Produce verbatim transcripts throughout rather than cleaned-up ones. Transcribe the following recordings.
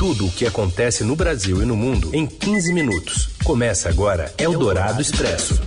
Tudo o que acontece no Brasil e no mundo em quinze minutos. Começa agora Eldorado Expresso.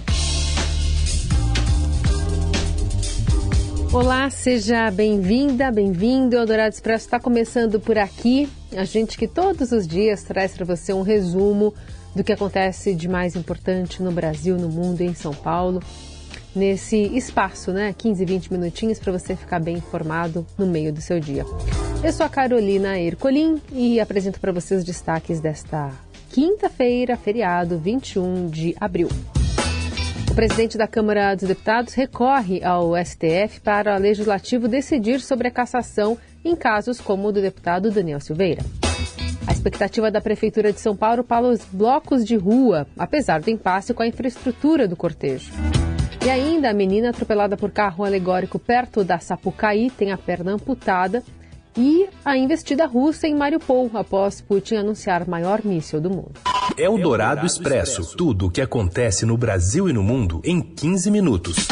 Olá, seja bem-vinda, bem-vindo. O Eldorado Expresso está começando por aqui. A gente que todos os dias traz para você um resumo do que acontece de mais importante no Brasil, no mundo e em São Paulo. Nesse espaço, né? quinze, vinte minutinhos para você ficar bem informado no meio do seu dia. Eu sou a Carolina Ercolim e apresento para vocês os destaques desta quinta-feira, feriado, vinte e um de abril. O presidente da Câmara dos Deputados recorre ao S T F para o Legislativo decidir sobre a cassação em casos como o do deputado Daniel Silveira. A expectativa da Prefeitura de São Paulo para os blocos de rua, apesar do impasse com a infraestrutura do cortejo. E ainda, a menina atropelada por carro alegórico perto da Sapucaí tem a perna amputada. E a investida russa em Mariupol, após Putin anunciar o maior míssil do mundo. Eldorado Expresso. Tudo o que acontece no Brasil e no mundo em quinze minutos.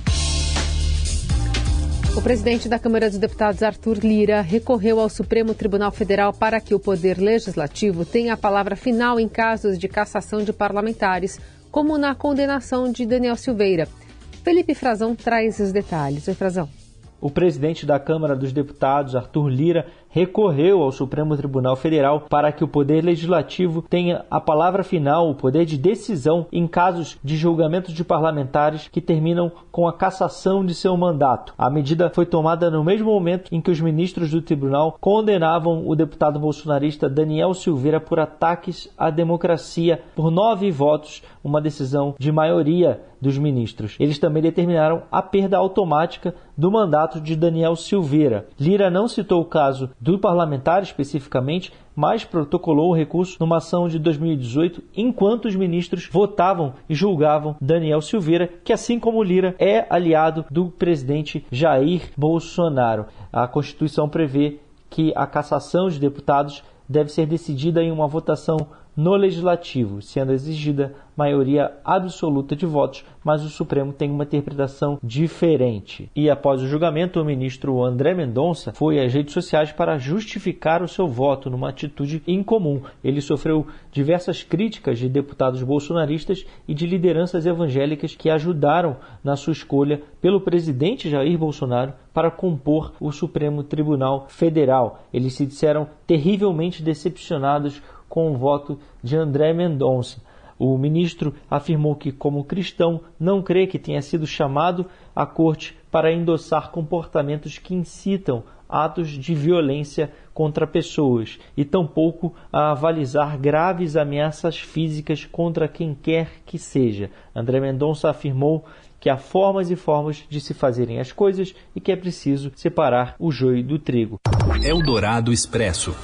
O presidente da Câmara dos Deputados, Arthur Lira, recorreu ao Supremo Tribunal Federal para que o Poder Legislativo tenha a palavra final em casos de cassação de parlamentares, como na condenação de Daniel Silveira. Felipe Frazão traz os detalhes. Oi, Frazão. O presidente da Câmara dos Deputados, Arthur Lira, recorreu ao Supremo Tribunal Federal para que o Poder Legislativo tenha a palavra final, o poder de decisão em casos de julgamentos de parlamentares que terminam com a cassação de seu mandato. A medida foi tomada no mesmo momento em que os ministros do tribunal condenavam o deputado bolsonarista Daniel Silveira por ataques à democracia por nove votos, uma decisão de maioria dos ministros. Eles também determinaram a perda automática do mandato de Daniel Silveira. Lira não citou o caso do parlamentar especificamente, mas protocolou o recurso numa ação de dois mil e dezoito, enquanto os ministros votavam e julgavam Daniel Silveira, que assim como Lira é aliado do presidente Jair Bolsonaro. A Constituição prevê que a cassação de deputados deve ser decidida em uma votação no Legislativo, sendo exigida maioria absoluta de votos, mas o Supremo tem uma interpretação diferente. E após o julgamento, o ministro André Mendonça foi às redes sociais para justificar o seu voto numa atitude incomum. Ele sofreu diversas críticas de deputados bolsonaristas e de lideranças evangélicas que ajudaram na sua escolha pelo presidente Jair Bolsonaro para compor o Supremo Tribunal Federal. Eles se disseram terrivelmente decepcionados com o voto de André Mendonça. O ministro afirmou que, como cristão, não crê que tenha sido chamado à corte para endossar comportamentos que incitam atos de violência contra pessoas e tampouco a avalizar graves ameaças físicas contra quem quer que seja. André Mendonça afirmou que há formas e formas de se fazerem as coisas e que é preciso separar o joio do trigo. Eldorado Expresso.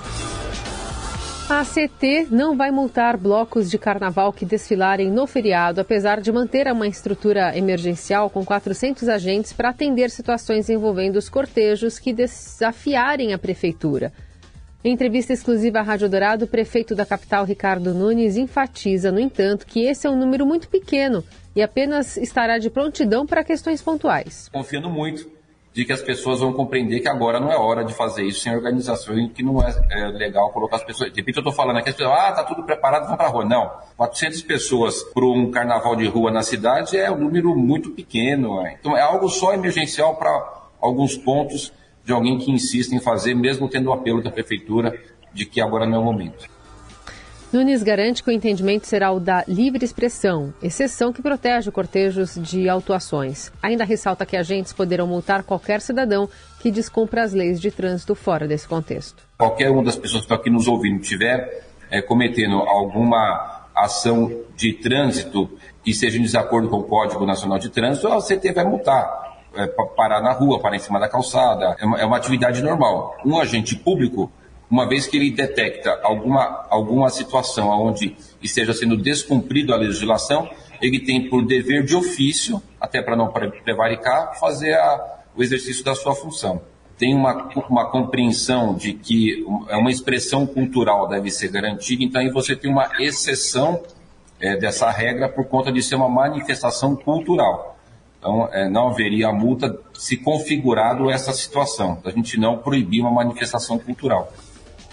A C T não vai multar blocos de carnaval que desfilarem no feriado, apesar de manter uma estrutura emergencial com quatrocentos agentes para atender situações envolvendo os cortejos que desafiarem a prefeitura. Em entrevista exclusiva à Rádio Dourado, o prefeito da capital, Ricardo Nunes, enfatiza, no entanto, que esse é um número muito pequeno e apenas estará de prontidão para questões pontuais. Confiando muito de que as pessoas vão compreender que agora não é hora de fazer isso sem organização e que não é, é legal colocar as pessoas... De repente eu estou falando aqui, as pessoas, ah, tá tudo preparado, vão para a rua. Não, quatrocentas pessoas para um carnaval de rua na cidade é um número muito pequeno. É. Então é algo só emergencial para alguns pontos de alguém que insiste em fazer, mesmo tendo o apelo da prefeitura de que agora não é o momento. Nunes garante que o entendimento será o da livre expressão, exceção que protege cortejos de autuações. Ainda ressalta que agentes poderão multar qualquer cidadão que descumpra as leis de trânsito fora desse contexto. Qualquer uma das pessoas que estão aqui nos ouvindo estiver é, cometendo alguma ação de trânsito que seja em desacordo com o Código Nacional de Trânsito, a C T vai multar. É, parar na rua, parar em cima da calçada, é uma, é uma atividade normal. Um agente público, uma vez que ele detecta alguma, alguma situação onde esteja sendo descumprido a legislação, ele tem por dever de ofício, até para não prevaricar, fazer a, o exercício da sua função. Tem uma, uma compreensão de que uma expressão cultural deve ser garantida, então aí você tem uma exceção é, dessa regra por conta de ser uma manifestação cultural. Então, é, não haveria multa se configurado essa situação, a gente não proibir uma manifestação cultural.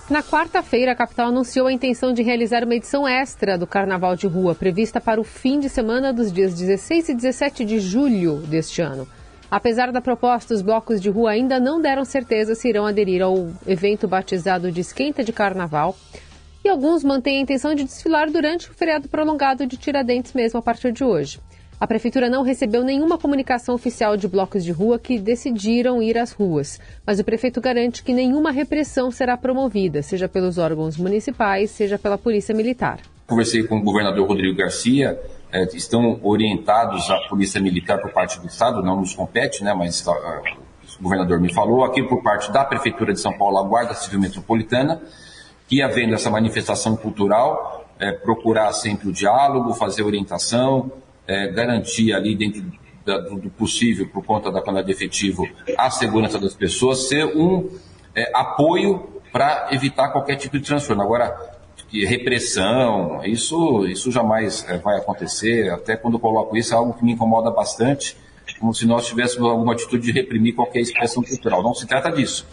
Na quarta-feira, a capital anunciou a intenção de realizar uma edição extra do Carnaval de Rua, prevista para o fim de semana dos dias dezesseis e dezessete de julho deste ano. Apesar da proposta, os blocos de rua ainda não deram certeza se irão aderir ao evento batizado de Esquenta de Carnaval, e alguns mantêm a intenção de desfilar durante o feriado prolongado de Tiradentes mesmo a partir de hoje. A Prefeitura não recebeu nenhuma comunicação oficial de blocos de rua que decidiram ir às ruas, mas o prefeito garante que nenhuma repressão será promovida, seja pelos órgãos municipais, seja pela Polícia Militar. Conversei com o governador Rodrigo Garcia, é, estão orientados à Polícia Militar por parte do Estado, não nos compete, né, mas uh, o governador me falou, aqui por parte da Prefeitura de São Paulo, a Guarda Civil Metropolitana, que havendo essa manifestação cultural, é, procurar sempre o diálogo, fazer orientação, É, garantir ali dentro da, do, do possível, por conta da quantidade de efetivo, a segurança das pessoas, ser um é, apoio para evitar qualquer tipo de transtorno. Agora, que repressão, isso, isso jamais é, vai acontecer, até quando eu coloco isso é algo que me incomoda bastante, como se nós tivéssemos alguma atitude de reprimir qualquer expressão cultural. Não se trata disso.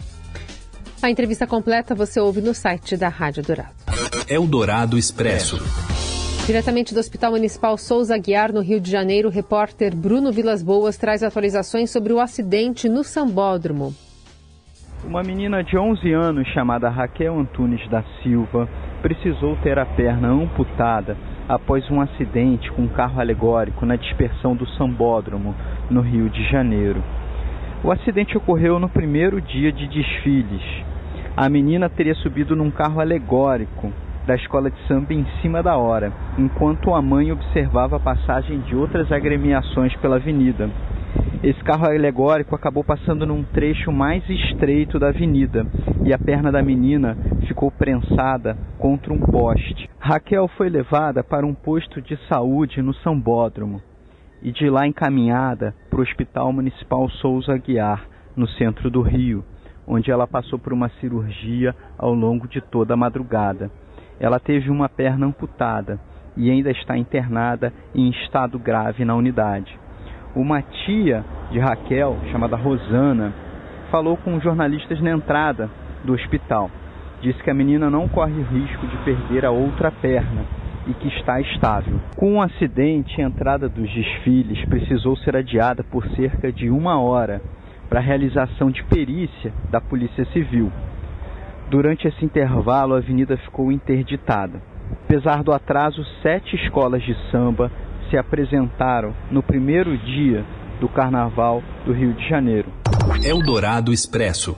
A entrevista completa você ouve no site da Rádio Dourado. Eldorado Expresso. Diretamente do Hospital Municipal Souza Aguiar, no Rio de Janeiro, o repórter Bruno Vilas Boas traz atualizações sobre o acidente no Sambódromo. Uma menina de onze anos chamada Raquel Antunes da Silva precisou ter a perna amputada após um acidente com um carro alegórico na dispersão do Sambódromo, no Rio de Janeiro. O acidente ocorreu no primeiro dia de desfiles. A menina teria subido num carro alegórico da escola de samba em cima da hora, enquanto a mãe observava a passagem de outras agremiações pela avenida. Esse carro alegórico acabou passando num trecho mais estreito da avenida e a perna da menina ficou prensada contra um poste. Raquel foi levada para um posto de saúde no Sambódromo e de lá encaminhada para o Hospital Municipal Souza Aguiar, no centro do Rio, onde ela passou por uma cirurgia ao longo de toda a madrugada. Ela teve uma perna amputada e ainda está internada em estado grave na unidade. Uma tia de Raquel, chamada Rosana, falou com jornalistas na entrada do hospital. Disse que a menina não corre risco de perder a outra perna e que está estável. Com o acidente, a entrada dos desfiles precisou ser adiada por cerca de uma hora para a realização de perícia da Polícia Civil. Durante esse intervalo, a avenida ficou interditada. Apesar do atraso, sete escolas de samba se apresentaram no primeiro dia do Carnaval do Rio de Janeiro. Eldorado Expresso.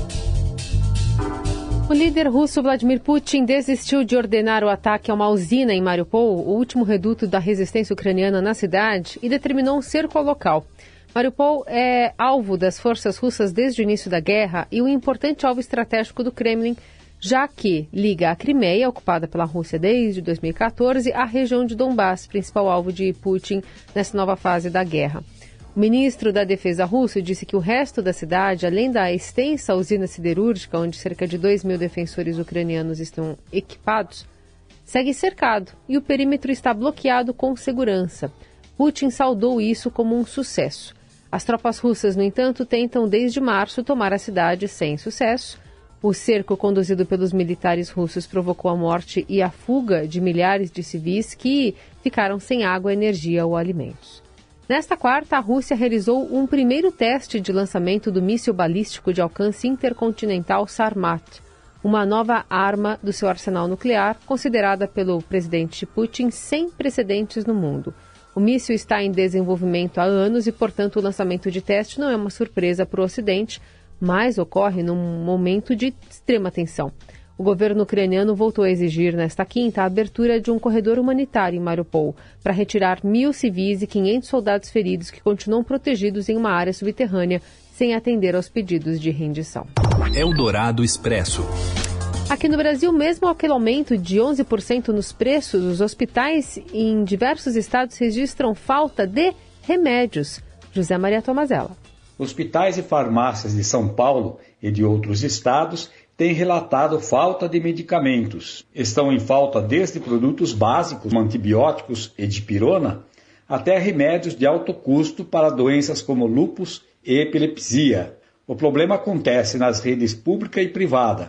O líder russo Vladimir Putin desistiu de ordenar o ataque a uma usina em Mariupol, o último reduto da resistência ucraniana na cidade, e determinou um cerco ao local. Mariupol é alvo das forças russas desde o início da guerra e um importante alvo estratégico do Kremlin, já que liga a Crimeia, ocupada pela Rússia desde dois mil e quatorze, à região de Donbass, principal alvo de Putin nessa nova fase da guerra. O ministro da Defesa russo disse que o resto da cidade, além da extensa usina siderúrgica, onde cerca de dois mil defensores ucranianos estão equipados, segue cercado e o perímetro está bloqueado com segurança. Putin saudou isso como um sucesso. As tropas russas, no entanto, tentam desde março tomar a cidade sem sucesso. O cerco conduzido pelos militares russos provocou a morte e a fuga de milhares de civis que ficaram sem água, energia ou alimentos. Nesta quarta, a Rússia realizou um primeiro teste de lançamento do míssil balístico de alcance intercontinental Sarmat, uma nova arma do seu arsenal nuclear, considerada pelo presidente Putin sem precedentes no mundo. O míssil está em desenvolvimento há anos e, portanto, o lançamento de teste não é uma surpresa para o Ocidente, mas ocorre num momento de extrema tensão. O governo ucraniano voltou a exigir nesta quinta a abertura de um corredor humanitário em Mariupol para retirar mil civis e quinhentos soldados feridos que continuam protegidos em uma área subterrânea sem atender aos pedidos de rendição. Eldorado Expresso. Aqui no Brasil, mesmo aquele aumento de onze por cento nos preços, os hospitais em diversos estados registram falta de remédios. José Maria Tomazella. Hospitais e farmácias de São Paulo e de outros estados têm relatado falta de medicamentos. Estão em falta desde produtos básicos, como antibióticos e dipirona, até remédios de alto custo para doenças como lúpus e epilepsia. O problema acontece nas redes pública e privada.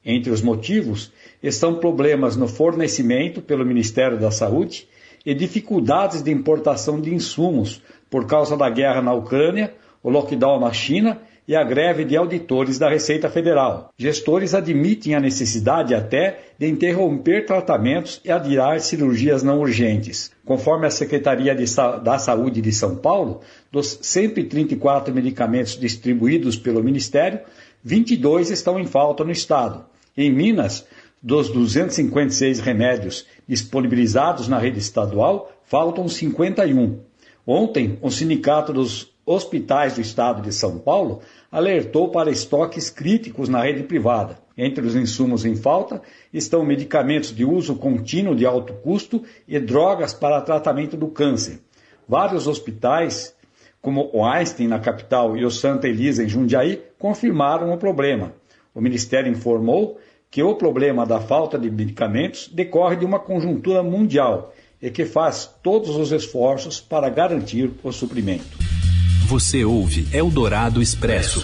Entre os motivos estão problemas no fornecimento pelo Ministério da Saúde e dificuldades de importação de insumos por causa da guerra na Ucrânia, o lockdown na China e a greve de auditores da Receita Federal. Gestores admitem a necessidade até de interromper tratamentos e adiar cirurgias não urgentes. Conforme a Secretaria de Sa- da Saúde de São Paulo, dos cento e trinta e quatro medicamentos distribuídos pelo Ministério, vinte e dois estão em falta no estado. Em Minas, dos duzentos e cinquenta e seis remédios disponibilizados na rede estadual, faltam cinquenta e um. Ontem, o Sindicato dos Hospitais do Estado de São Paulo alertou para estoques críticos na rede privada. Entre os insumos em falta estão medicamentos de uso contínuo de alto custo e drogas para tratamento do câncer. Vários hospitais, como o Einstein na capital e o Santa Elisa em Jundiaí, confirmaram o problema. O Ministério informou que o problema da falta de medicamentos decorre de uma conjuntura mundial e que faz todos os esforços para garantir o suprimento. Você ouve Eldorado Expresso.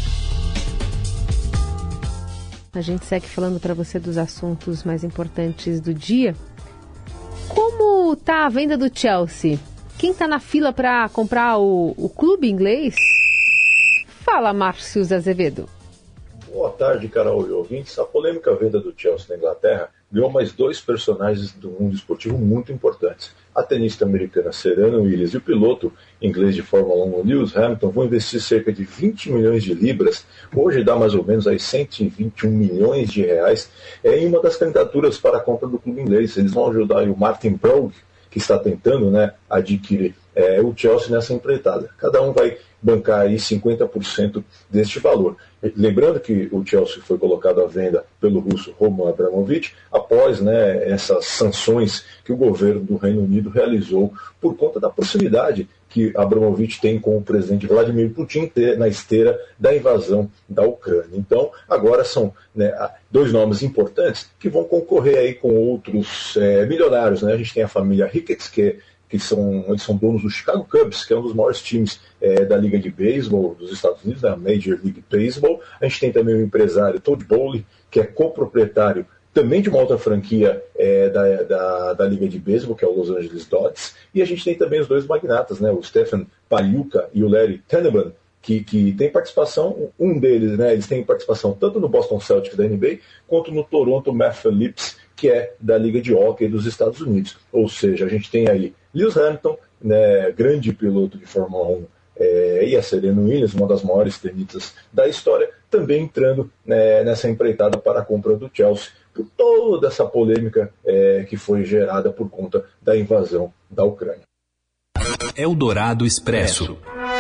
A gente segue falando para você dos assuntos mais importantes do dia. Como está a venda do Chelsea? Quem está na fila para comprar o, o clube inglês? Fala, Márcio Azevedo. Boa tarde, Carol e ouvintes. A polêmica venda do Chelsea na Inglaterra ganhou mais dois personagens do mundo esportivo muito importantes. A tenista americana Serena Williams e o piloto inglês de Fórmula um Lewis Hamilton vão investir cerca de vinte milhões de libras, hoje dá mais ou menos aí cento e vinte e um milhões de reais, em uma das candidaturas para a compra do clube inglês. Eles vão ajudar aí o Martin Broglie, que está tentando, né, adquirir é, o Chelsea nessa empreitada. Cada um vai bancar aí cinquenta por cento deste valor. Lembrando que o Chelsea foi colocado à venda pelo russo Roman Abramovich após, né, essas sanções que o governo do Reino Unido realizou por conta da proximidade que Abramovich tem com o presidente Vladimir Putin na esteira da invasão da Ucrânia. Então, agora são, né, dois nomes importantes que vão concorrer aí com outros é, milionários, né? A gente tem a família Ricketts, que que são, eles são donos do Chicago Cubs, que é um dos maiores times é, da Liga de Beisebol dos Estados Unidos, da Major League Baseball. A gente tem também o empresário Todd Bowley, que é coproprietário também de uma outra franquia é, da, da, da Liga de Beisebol, que é o Los Angeles Dodgers. E a gente tem também os dois magnatas, né, o Stephen Paliuca e o Larry Teneban, que, que tem participação, um deles, né, eles têm participação tanto no Boston Celtics da N B A, quanto no Toronto Maple Leafs, que é da Liga de Hockey dos Estados Unidos. Ou seja, a gente tem aí Lewis Hamilton, né, grande piloto de Fórmula um, é, e a Serena Williams, uma das maiores tenistas da história, também entrando, né, nessa empreitada para a compra do Chelsea, por toda essa polêmica é, que foi gerada por conta da invasão da Ucrânia. Eldorado Expresso.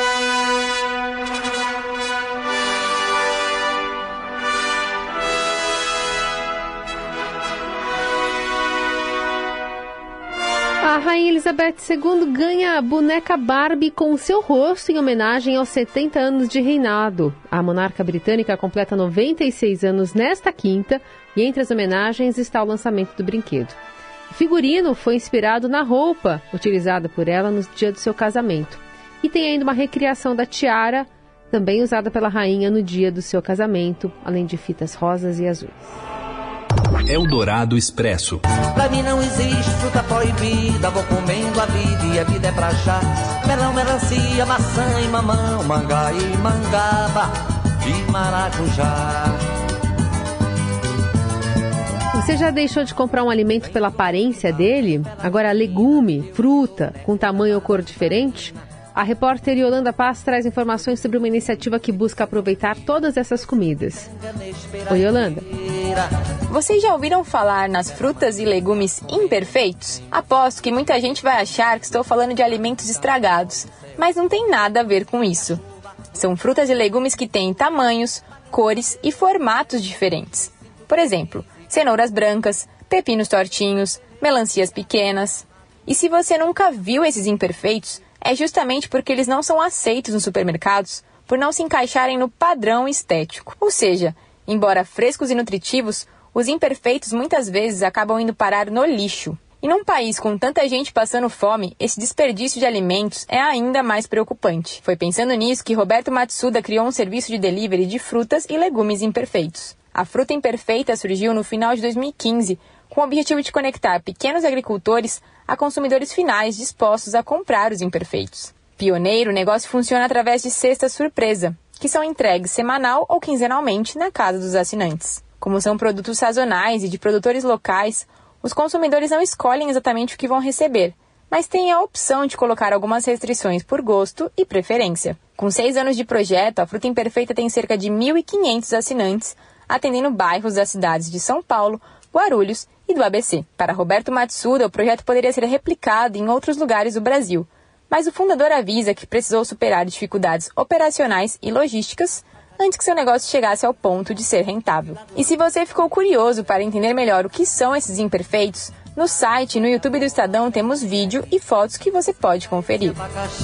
A Rainha Elizabeth segunda ganha a boneca Barbie com seu rosto em homenagem aos setenta anos de reinado. A monarca britânica completa noventa e seis anos nesta quinta e entre as homenagens está o lançamento do brinquedo. O figurino foi inspirado na roupa utilizada por ela no dia do seu casamento. E tem ainda uma recriação da tiara, também usada pela rainha no dia do seu casamento, além de fitas rosas e azuis. Eldorado Expresso. Pra mim não existe fruta proibida, vou comendo a vida e a vida é pra já. Melão, melancia, maçã e mamão, manga e mangaba e maracujá. Você já deixou de comprar um alimento pela aparência dele? Agora legume, fruta, com tamanho ou cor diferente? A repórter Yolanda Paz traz informações sobre uma iniciativa que busca aproveitar todas essas comidas. Oi, Yolanda. Vocês já ouviram falar nas frutas e legumes imperfeitos? Aposto que muita gente vai achar que estou falando de alimentos estragados, mas não tem nada a ver com isso. São frutas e legumes que têm tamanhos, cores e formatos diferentes. Por exemplo, cenouras brancas, pepinos tortinhos, melancias pequenas. E se você nunca viu esses imperfeitos, é justamente porque eles não são aceitos nos supermercados por não se encaixarem no padrão estético. Ou seja, embora frescos e nutritivos, os imperfeitos muitas vezes acabam indo parar no lixo. E num país com tanta gente passando fome, esse desperdício de alimentos é ainda mais preocupante. Foi pensando nisso que Roberto Matsuda criou um serviço de delivery de frutas e legumes imperfeitos. A Fruta Imperfeita surgiu no final de dois mil e quinze, com o objetivo de conectar pequenos agricultores a consumidores finais dispostos a comprar os imperfeitos. Pioneiro, o negócio funciona através de cestas surpresa, que são entregues semanal ou quinzenalmente na casa dos assinantes. Como são produtos sazonais e de produtores locais, os consumidores não escolhem exatamente o que vão receber, mas têm a opção de colocar algumas restrições por gosto e preferência. Com seis anos de projeto, a Fruta Imperfeita tem cerca de mil e quinhentos assinantes, atendendo bairros das cidades de São Paulo, Guarulhos e do A B C. Para Roberto Matsuda, o projeto poderia ser replicado em outros lugares do Brasil, mas o fundador avisa que precisou superar dificuldades operacionais e logísticas antes que seu negócio chegasse ao ponto de ser rentável. E se você ficou curioso para entender melhor o que são esses imperfeitos, no site e no YouTube do Estadão temos vídeo e fotos que você pode conferir.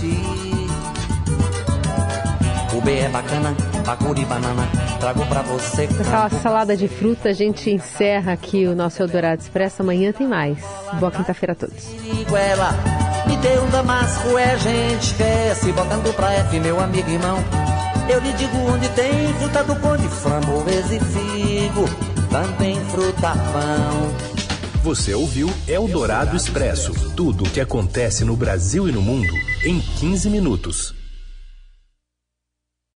O B é bacana, bacuri banana, trago pra você. Com aquela salada de fruta, a gente encerra aqui o nosso Eldorado Expresso. Amanhã tem mais. Boa quinta-feira a todos. Ela me deu um damasco, é gente esquece, botando pra F, meu amigo irmão. Eu lhe digo onde tem fruta do conde, framboesa e figo, também fruta pão. Você ouviu Eldorado Expresso. Tudo o que acontece no Brasil e no mundo em quinze minutos.